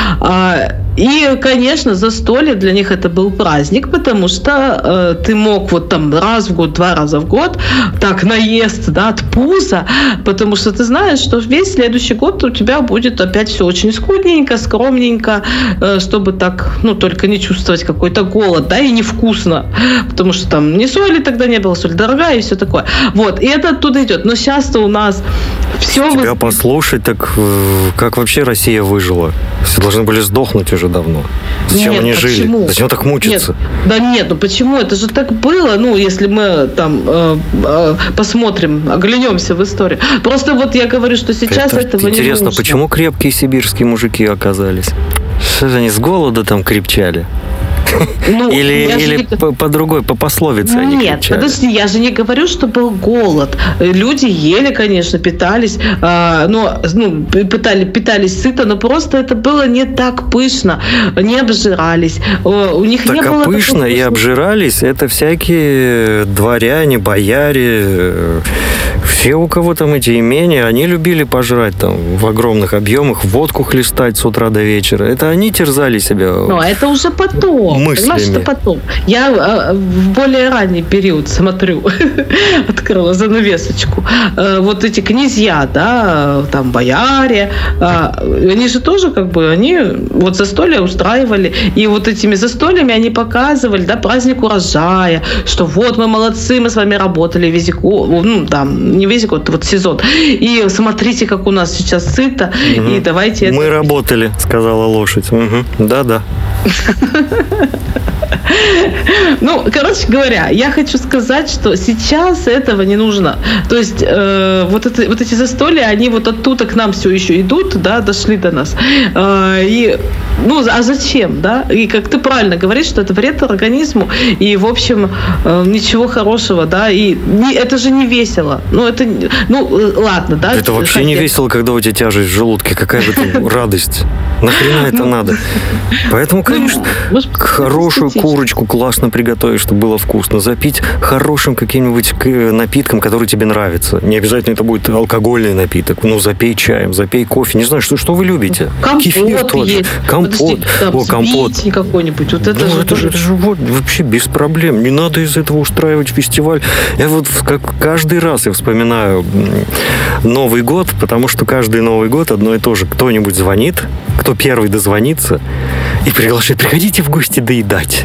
И, конечно, застолье для них это был праздник, потому что ты мог вот там раз в год, 2 раза в год так наесться, да, от пуза, потому что ты знаешь, что весь следующий год у тебя будет опять все очень скудненько, скромненько, чтобы так, ну, только не чувствовать какой-то голод, да, и невкусно, потому что там ни соли тогда не было, соль дорогая и все такое. Вот, и это оттуда идет. Но сейчас-то у нас все... Тебя послушать, так как вообще Россия выжила? Все должны были сдохнуть уже давно. Зачем они жили? Зачем так мучиться? Нет, ну почему? Это же так было, ну, если мы там посмотрим, оглянемся в историю. Просто вот я говорю, что сейчас этого не нужно. Интересно, почему крепкие сибирские мужики оказались? Что же они с голода там крепчали? Ну, или по другой, по пословице они кричали? Нет, подожди, я же не говорю, что был голод. Люди ели, конечно, питались, питались сыто, но просто это было не так пышно, не обжирались. У них так, не было пышно и обжирались, это всякие дворяне, бояре, все, у кого там эти имения, они любили пожрать там в огромных объемах, водку хлестать с утра до вечера. Это они терзали себя. Ну, это уже потом. Мыслями. Понимаешь, это потом. Я в более ранний период смотрю, открыла занавесочку. Вот эти князья, да, там бояре, они же тоже как бы, они вот застолья устраивали, и вот этими застольями они показывали, да, праздник урожая, что вот мы молодцы, мы с вами работали весь год, ну, там, не весь год, вот сезон. И смотрите, как у нас сейчас сыто, и давайте... Мы работали, сказала лошадь. Да-да. Ну, короче говоря, я хочу сказать, что сейчас этого не нужно. То есть вот эти застолья, они вот оттуда к нам все еще идут, да, дошли до нас. И, ну, а зачем, да? И как ты правильно говоришь, что это вред организму, и, в общем, ничего хорошего, да, и это же не весело. Ну, это, ну, ладно, да. Это вообще не весело, когда у тебя тяжесть в желудке, какая же там радость. Нахрена это надо? Поэтому, конечно, хорошую курочку классно приготовить, чтобы было вкусно. Запить хорошим каким-нибудь напитком, который тебе нравится. Не обязательно это будет алкогольный напиток. Ну, запей чаем, запей кофе. Не знаю, что вы любите? Кефир тот же. Компот. Компот. Какой-нибудь. Вот это, ну, это же вот, вообще без проблем. Не надо из этого устраивать фестиваль. Я вот каждый раз я вспоминаю Новый год, потому что каждый Новый год одно и то же. Кто-нибудь звонит, кто первый дозвонится и приглашает: приходите в гости доедать.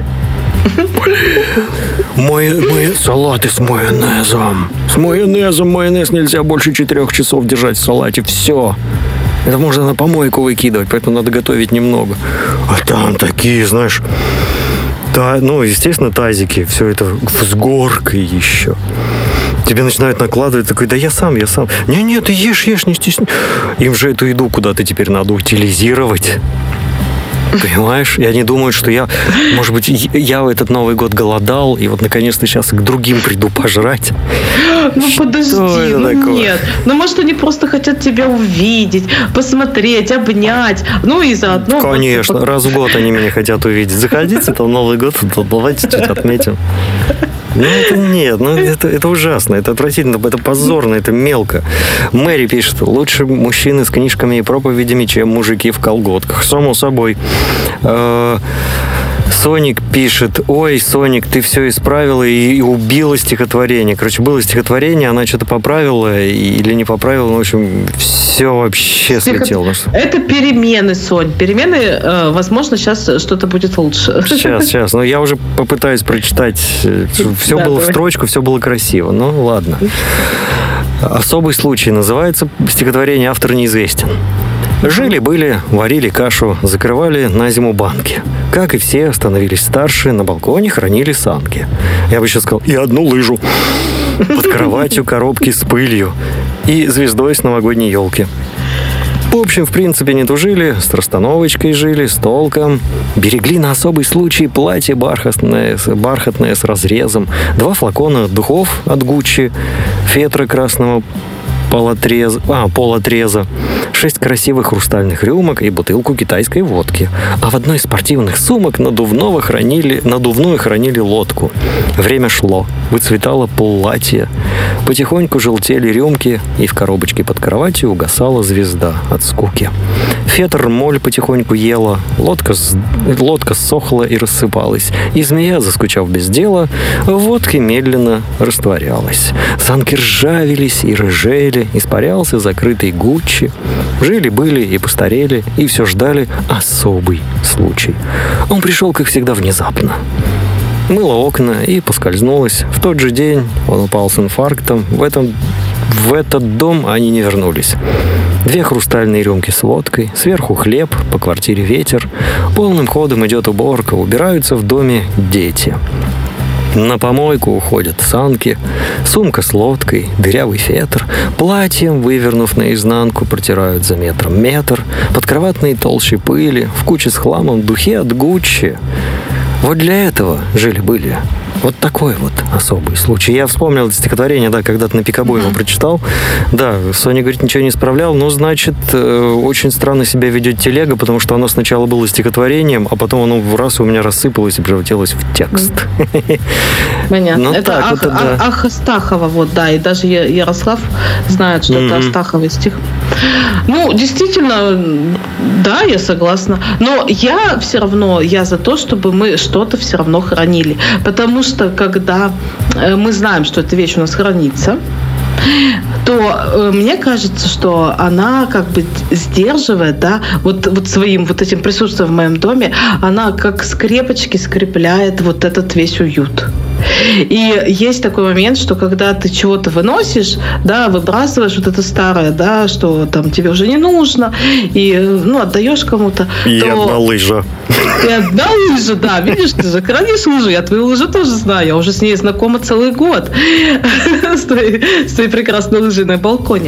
Салаты с майонезом. С майонезом. Майонез нельзя больше 4 часов держать в салате. Все. Это можно на помойку выкидывать, поэтому надо готовить немного. А там такие, знаешь, ну, естественно, тазики. Все это с горкой еще. Тебе начинают накладывать, такой: да я сам. Не, ты ешь, не стесняйся. Им же эту еду куда-то теперь надо утилизировать. Понимаешь? И они думают, что может быть, я в этот Новый год голодал, и вот наконец-то сейчас к другим приду пожрать. Ну, подожди, нет. Ну, может, они просто хотят тебя увидеть, посмотреть, обнять. Ну, и заодно... Конечно, раз в год они меня хотят увидеть. Заходите, это Новый год, давайте что-то отметим. Ну, это нет, это ужасно, это отвратительно, это позорно, это мелко. Мэри пишет, лучше мужчины с книжками и проповедями, чем мужики в колготках. Само собой. Соник пишет, ой, Соник, ты все исправила и убила стихотворение. Короче, было стихотворение, она что-то поправила или не поправила, ну, в общем, все вообще слетело. Это перемены, Сонь. Перемены, возможно, сейчас что-то будет лучше. Сейчас. Но я уже попытаюсь прочитать. Все было в строчку, все было красиво. Ну, ладно. Особый случай называется стихотворение, автор неизвестен. Жили-были, варили кашу, закрывали на зиму банки. Как и все, становились старше, на балконе хранили санки. Я бы еще сказал, и одну лыжу. Под кроватью коробки с пылью и звездой с новогодней елки. В общем, в принципе, не тужили, с расстановочкой жили, с толком. Берегли на особый случай платье бархатное с разрезом, 2 флакона духов от Гуччи, фетра красного полотреза, 6 красивых хрустальных рюмок и бутылку китайской водки. А в одной из спортивных сумок надувную хранили лодку. Время шло, выцветало платье, потихоньку желтели рюмки, и в коробочке под кроватью угасала звезда от скуки. Фетр моль потихоньку ела, лодка сохла и рассыпалась, и змея, заскучав без дела, в водке медленно растворялась. Санки ржавелись и рыжели, испарялся закрытый Гуччи. Жили-были и постарели, и все ждали особый случай. Он пришел, как всегда, внезапно. Мыла окна и поскользнулась. В тот же день он упал с инфарктом. В этот дом они не вернулись. 2 хрустальные рюмки с водкой, сверху хлеб, по квартире ветер. Полным ходом идет уборка, убираются в доме дети. На помойку уходят санки, сумка с лодкой, дырявый фетр, платьем, вывернув наизнанку, протирают за метр, подкроватные толщи пыли, в куче с хламом духи от Гуччи. Вот для этого жили-были. Вот такой вот особый случай. Я вспомнил это стихотворение, да, когда-то на Пикабу его прочитал. Да, Соня говорит, ничего не исправлял, но, значит, очень странно себя ведет телега, потому что оно сначала было стихотворением, а потом оно в раз у меня рассыпалось и превратилось в текст. Понятно. Ну, это Астахова, вот, да, и даже Ярослав знает, что это Астаховый стих. Ну, действительно, да, я согласна. Но я за то, чтобы мы что-то все равно хранили. Потому что, когда мы знаем, что эта вещь у нас хранится, то мне кажется, что она как бы сдерживает, да, вот своим вот этим присутствием в моем доме, она как скрепочки скрепляет вот этот весь уют. И есть такой момент, что когда ты чего-то выносишь, да, выбрасываешь вот это старое, да, что там тебе уже не нужно, и, ну, отдаешь кому-то. И одна лыжа. И одна лыжа, да, видишь, ты же хранишь лыжу, я твою лыжу тоже знаю, я уже с ней знакома целый год, с твоей прекрасной лыжей на балконе,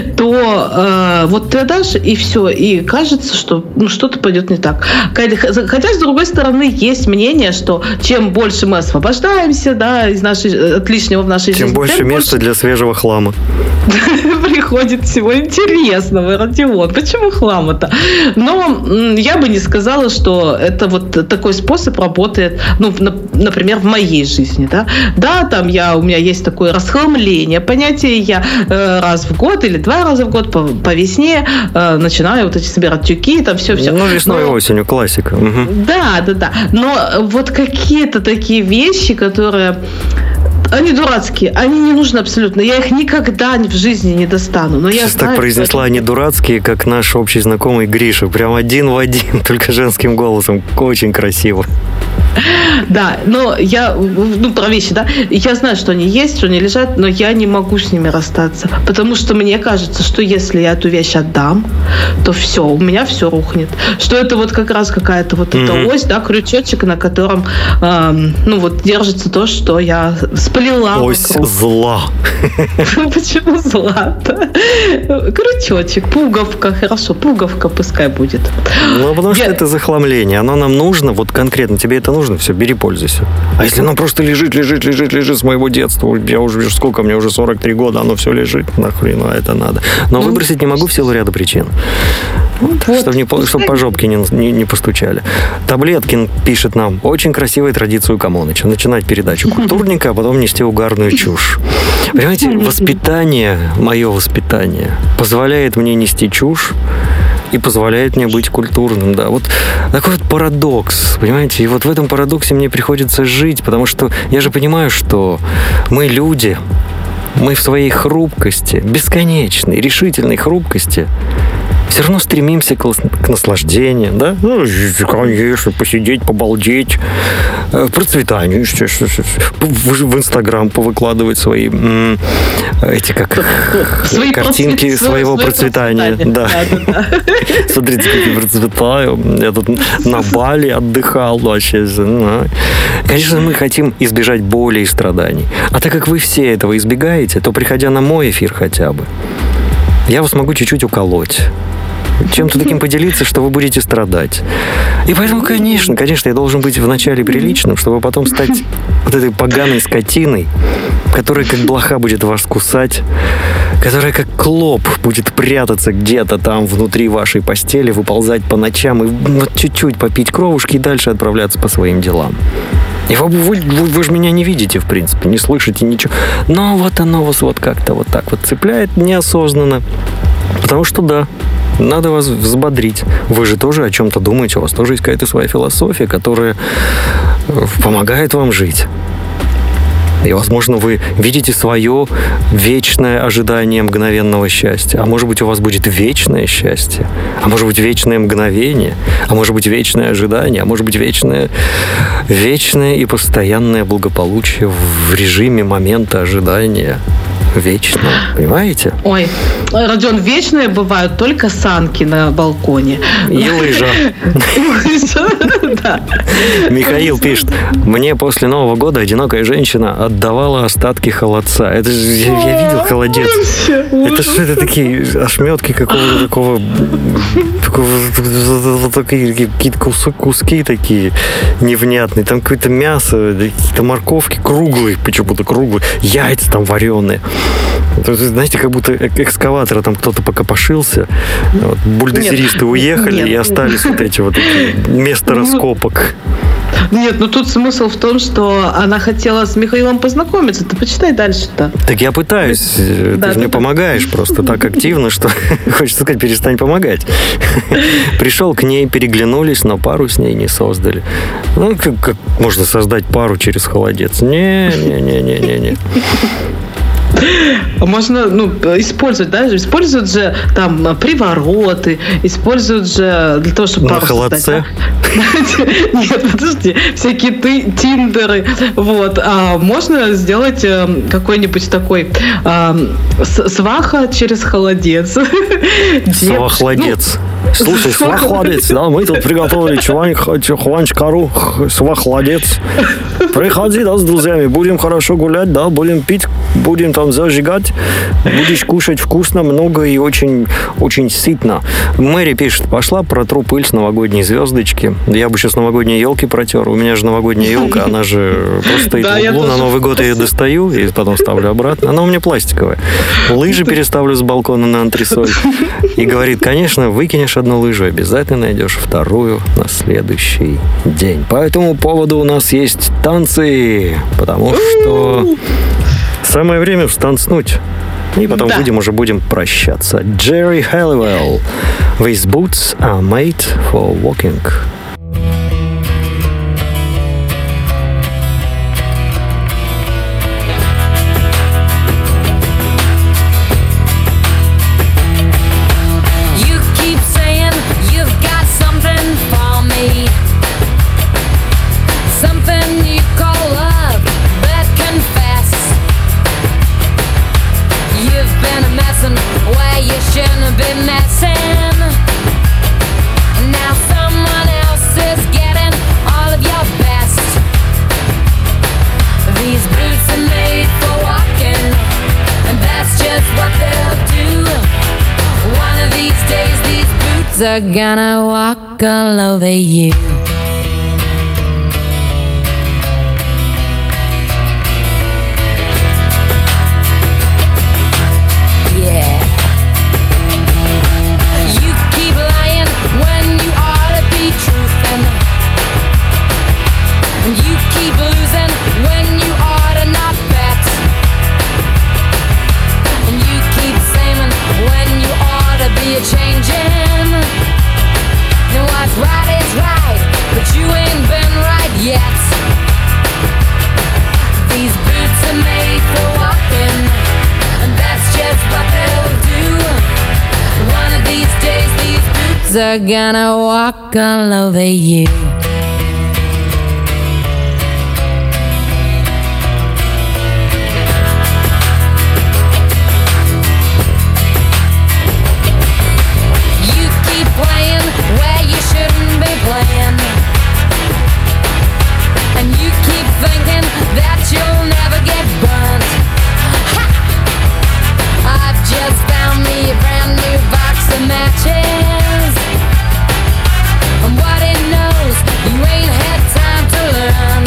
то вот ты отдашь, и все, и кажется, что что-то пойдет не так. Хотя, с другой стороны, есть мнение, что чем больше мы освобождаемся, да, от лишнего в нашей жизни, тем больше места для свежего хлама. Приходит всего интересного, Родион. Почему хлама-то? Но я бы не сказала, что это вот такой способ работает, ну, например, в моей жизни, да. Да, там у меня есть такое расхламление понятие, я раз в год или 2 раза в год по весне начинаю вот эти собирать тюки, там все. Ну, весной и осенью, классика. Угу. Да. Но вот какие-то такие вещи, которые... Они дурацкие, они не нужны абсолютно. Я их никогда в жизни не достану. Но я сейчас так произнесла, они дурацкие, как наш общий знакомый Гриша. Прям один в один, только женским голосом. Очень красиво. Да, но я, про вещи, да, я знаю, что они есть, что они лежат, но я не могу с ними расстаться, потому что мне кажется, что если я эту вещь отдам, то все, у меня все рухнет. Что это вот как раз какая-то вот эта ось, да, крючочек, на котором, держится то, что я сплела. Ось вокруг. Зла. Почему зла-то? Крючочек, пуговка, хорошо, пуговка пускай будет. Ну, потому что это захламление, оно нам нужно, вот конкретно тебе это нужно, нужно, все, бери, пользуйся. А если оно просто лежит с моего детства, я уже, сколько, мне уже 43 года, оно все лежит, нахрена это надо. Но выбросить не могу в силу ряда причин. Чтобы по жопке не постучали. Таблеткин пишет нам: очень красивая традиция у Камоныча. Начинать передачу культурника, а потом нести угарную чушь. Понимаете, мое воспитание позволяет мне нести чушь и позволяет мне быть культурным, да. Вот такой вот парадокс, понимаете? И вот в этом парадоксе мне приходится жить, потому что я же понимаю, что мы люди, мы в своей хрупкости, бесконечной, решительной хрупкости, все равно стремимся к наслаждению, да? Ну, конечно, посидеть, побалдеть, процветанию, в Инстаграм повыкладывать свои картинки своего процветания. Да. Смотрите, как я процветаю. Я тут на Бали отдыхал вообще. Конечно, мы хотим избежать боли и страданий. А так как вы все этого избегаете, то, приходя на мой эфир хотя бы, я вас могу чуть-чуть уколоть. Чем-то таким поделиться, что вы будете страдать. И поэтому, конечно, я должен быть вначале приличным, чтобы потом стать вот этой поганой скотиной, которая как блоха будет вас кусать, которая как клоп будет прятаться где-то там внутри вашей постели, выползать по ночам и вот чуть-чуть попить кровушки и дальше отправляться по своим делам. И вы же меня не видите, в принципе, не слышите ничего. Но вот оно вас вот как-то вот так вот цепляет неосознанно. Потому что да, надо вас взбодрить. Вы же тоже о чем-то думаете, у вас тоже есть какая-то своя философия, которая помогает вам жить. И, возможно, вы видите свое вечное ожидание мгновенного счастья. А может быть, у вас будет вечное счастье. А может быть, вечное мгновение. А может быть, вечное ожидание. А может быть, вечное и постоянное благополучие в режиме момента ожидания. Вечно, понимаете? Ой, Родион, вечные бывают только санки на балконе. И лыжа. Да. Михаил пишет: мне после Нового года одинокая женщина отдавала остатки холодца. Это же, я видел холодец. Это что это такие ошметки какого-то такого какие-то куски такие невнятные. Там какое-то мясо, какие-то морковки круглые, почему-то круглые, яйца там вареные. Знаете, как будто экскаватора там кто-то покопошился, вот, бульдозеристы уехали и остались вот эти вот места раскопок. Нет, ну тут смысл в том, что она хотела с Михаилом познакомиться. Ты почитай дальше-то. Так я пытаюсь. Ты же мне помогаешь просто так активно, что хочется сказать, перестань помогать. Пришел к ней, переглянулись, но пару с ней не создали. Ну, как можно создать пару через холодец? Не. Можно, использовать, да? Используют же там привороты, используют же для того, чтобы пару создать. Нет, подожди, всякие тиндеры, вот. А можно сделать какой-нибудь такой сваха через холодец. Свахладец. Слушай, свахладец, да, мы тут приготовили чуванчкару, свахладец. Приходи, да, с друзьями, будем хорошо гулять, да, будем пить, будем там зажигать, будешь кушать вкусно, много и очень, очень сытно. Мэри пишет: пошла протру пыль с новогодней звездочки. Я бы сейчас новогодние елки протер, у меня же новогодняя елка, она же просто стоит в углу, на Новый год я ее достаю и потом ставлю обратно. Она у меня пластиковая. Лыжи переставлю с балкона на антресоль. И говорит: конечно, выкинешь одну лыжу, обязательно найдешь вторую на следующий день. По этому поводу у нас есть танцы, потому что самое время встанцнуть. И потом будем прощаться. Джерри Halliwell. These boots are made for walking. Are gonna walk all over you. boots are gonna walk all over you. You keep playing where you shouldn't be playing, and you keep thinking that you'll never get burnt. Ha! I've just found me a brand new box of matches, and what it knows, you ain't had time to learn.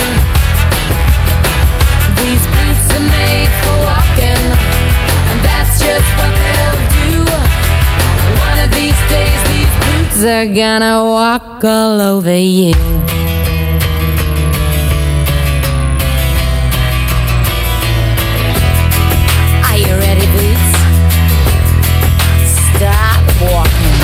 These boots are made for walking, and that's just what they'll do. One of these days, these boots are gonna walk all over you. Are you ready, boots? Stop walking.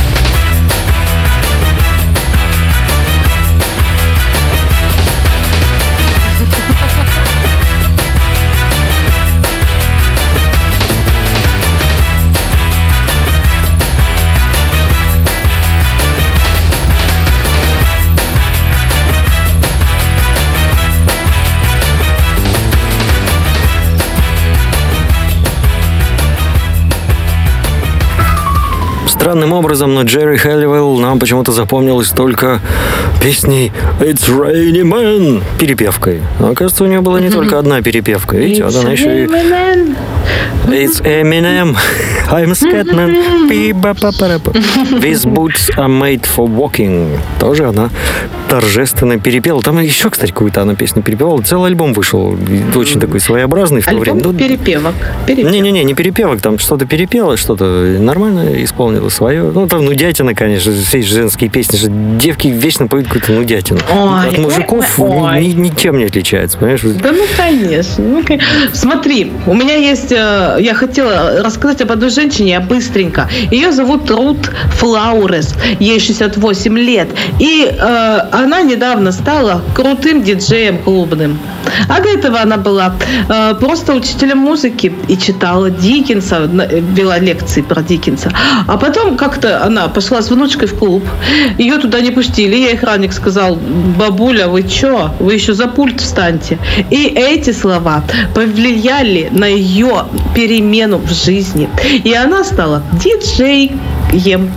Странным образом, но Джерри Хэлливелл нам почему-то запомнилась только песней «It's Raining Man» перепевкой. Но, оказывается, у нее была не только одна перепевка. Видите, вот она еще и... It's Eminem, I'm Scatman, These boots are made for walking. Тоже она торжественно перепела. Там еще, кстати, какую-то она песню перепевала. Целый альбом вышел, очень такой своеобразный в то время. Альбом перепевок. Не перепевок, там что-то перепела, что-то нормально исполнила свое. Ну, там нудятина, конечно, все женские песни, что девки вечно поют какую-то нудятину. От мужиков ничем не отличается, понимаешь? Да ну, конечно. Смотри, у меня есть... Я хотела рассказать об одной женщине, быстренько. Ее зовут Рут Флаурес. Ей 68 лет. И она недавно стала крутым диджеем клубным. А до этого она была просто учителем музыки и читала Диккенса, вела лекции про Диккенса. А потом как-то она пошла с внучкой в клуб. Ее туда не пустили. И охранник сказал: бабуля, вы чё? Вы еще за пульт встаньте. И эти слова повлияли на ее перемену в жизни. И она стала диджеем.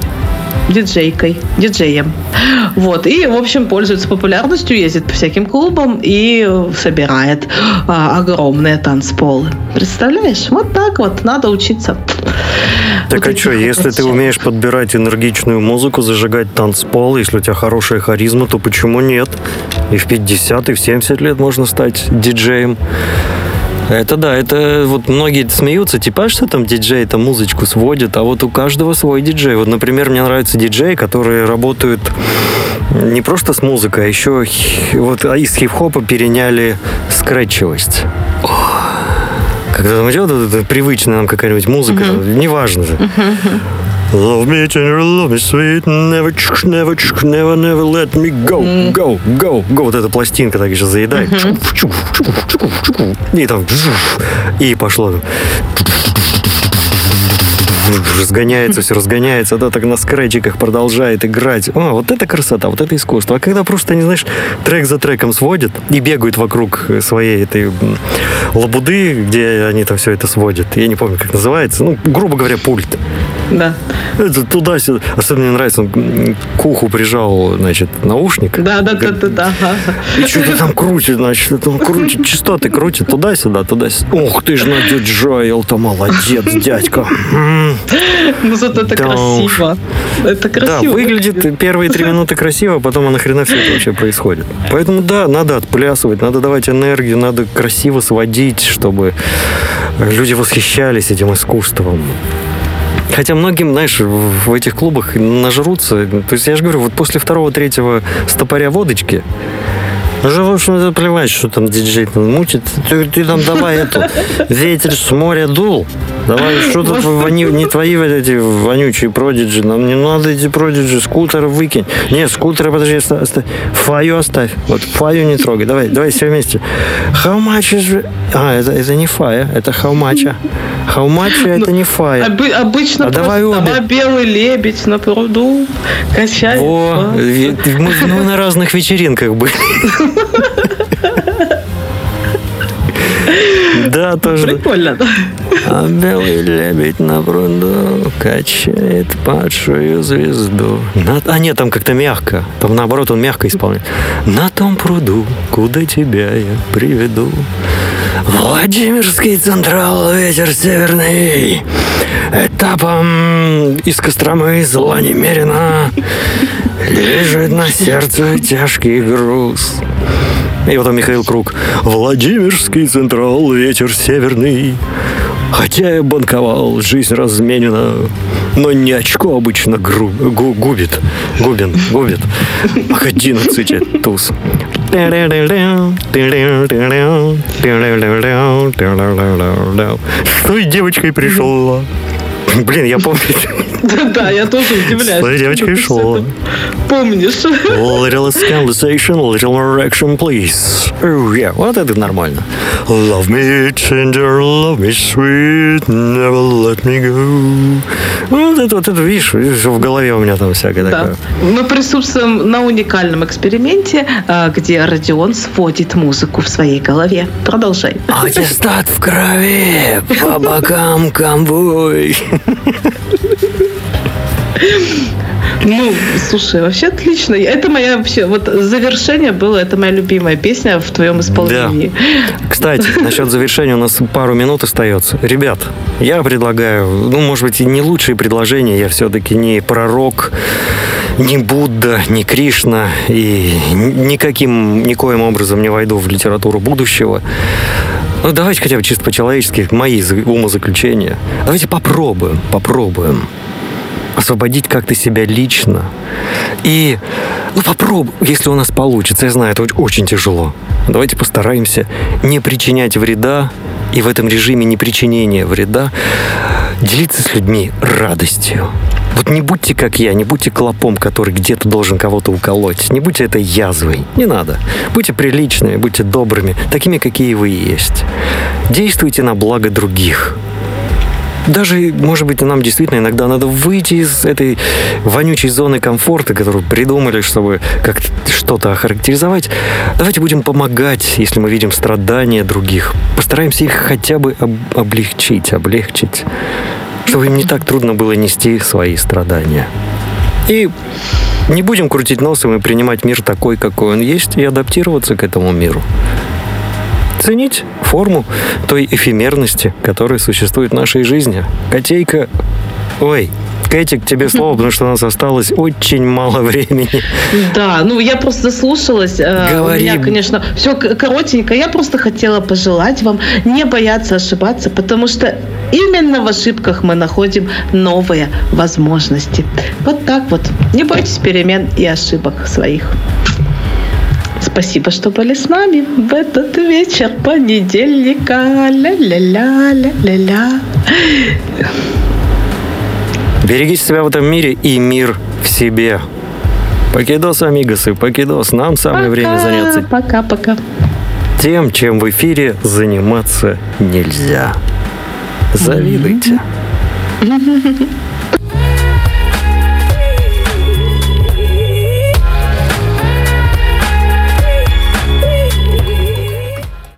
Вот. И, в общем, пользуется популярностью, ездит по всяким клубам и собирает огромные танцполы. Представляешь? Вот так вот надо учиться. Так вот, а что, если ты умеешь подбирать энергичную музыку, зажигать танцпол, если у тебя хорошая харизма, то почему нет? И в 50, и в 70 лет можно стать диджеем. Это да, это вот многие смеются, типа, что там диджей там музычку сводит, а вот у каждого свой диджей. Вот, например, мне нравятся диджеи, которые работают не просто с музыкой, а еще вот из хип-хопа переняли скретчевость. Когда там идет это привычная нам какая-нибудь музыка, неважно же. Love me tender, love me sweet, never let me go. Вот эта пластинка так еще заедает. И там... И пошло. Разгоняется, да, так на скретчиках продолжает играть. О, вот это красота, вот это искусство. А когда просто, не знаешь, трек за треком сводят и бегают вокруг своей этой лабуды, где они там все это сводят. Я не помню, как называется. Ну, грубо говоря, пульт. Да. Это туда-сюда. Особенно мне нравится, он к уху прижал, значит, наушник. Да. И что-то там крутит, значит, он крутит, частоты крутит туда-сюда. Ух ты ж, надиджейл-то, молодец, дядька. Ну, зато это красиво. Это красиво. Да, выглядит первые 3 минуты красиво, а потом нахрена все это вообще происходит. Поэтому, да, надо отплясывать, надо давать энергию, надо красиво сводить, чтобы люди восхищались этим искусством. Хотя многим, знаешь, в этих клубах нажрутся. То есть я же говорю, вот после 2-3 стопоря водочки уже, в общем, плевать, что там диджей мутит. Ты там давай эту ветер с моря дул. Давай, что тут не твои вот эти вонючие продиджи. Нам не надо эти продиджи. Скутер выкинь. Нет, скутер, подожди, оставь. Фаю оставь. Вот фаю не трогай. Давай все вместе. How much is... это не фая, это how much. How much это не фая. Обычно давай обе. Белый лебедь на пруду качается. Мы на разных вечеринках были. Да, тоже. Прикольно, да? А белый лебедь на пруду качает падшую звезду. Нет, там как-то мягко. Там наоборот он мягко исполняет. На том пруду, куда тебя я приведу. Владимирский Централ, ветер северный. Этапом из Костромы зла немерено. Лежит на сердце тяжкий груз. И вот Михаил Круг. Владимирский Централ, ветер северный. Хотя я банковал, жизнь разменена. Но не очко обычно губит. Ах, 11 туз. Что и девочкой пришла. Блин, я помню. Да, я тоже удивляюсь. С девочкой шла. Помнишь? Little conversation, little erection, please. Oh, yeah. Вот это нормально. Love me tender, love me sweet, never let me go. Вот это, видишь, в голове у меня там всякое такое. Мы присутствуем на уникальном эксперименте, где Родион сводит музыку в своей голове. Продолжай. Аттестат в крови, по бокам конвой. Ну, слушай, вообще отлично. Это моя вообще, вот завершение было, это моя любимая песня в твоем исполнении. Да. Кстати, насчет завершения у нас пару минут остается. Ребят, я предлагаю, может быть, и не лучшие предложения, я все-таки не пророк, не Будда, не Кришна, и никоим образом не войду в литературу будущего. Давайте хотя бы чисто по-человечески мои умозаключения. Давайте попробуем освободить как-то себя лично. И, попробуем, если у нас получится. Я знаю, это очень тяжело. Давайте постараемся не причинять вреда, и в этом режиме непричинения вреда делиться с людьми радостью. Вот не будьте как я, не будьте клопом, который где-то должен кого-то уколоть. Не будьте этой язвой. Не надо. Будьте приличными, будьте добрыми, такими, какие вы есть. Действуйте на благо других. Даже, может быть, нам действительно иногда надо выйти из этой вонючей зоны комфорта, которую придумали, чтобы как-то что-то охарактеризовать. Давайте будем помогать, если мы видим страдания других. Постараемся их хотя бы облегчить, чтобы им не так трудно было нести свои страдания. И не будем крутить носом и принимать мир такой, какой он есть, и адаптироваться к этому миру. Ценить форму той эфемерности, которая существует в нашей жизни. Котейка... Ой, Кэтик, тебе слово, потому что у нас осталось очень мало времени. Да, я просто слушалась. Говори. У меня, конечно, все коротенько. Я просто хотела пожелать вам не бояться ошибаться, потому что именно в ошибках мы находим новые возможности. Вот так вот. Не бойтесь перемен и ошибок своих. Спасибо, что были с нами в этот вечер понедельника. Ля-ля-ля-ля-ля-ля. Берегите себя в этом мире и мир в себе. Покидос, амигосы, покидос. Нам самое время заняться Пока-пока. тем, чем в эфире заниматься нельзя. Завидуйте.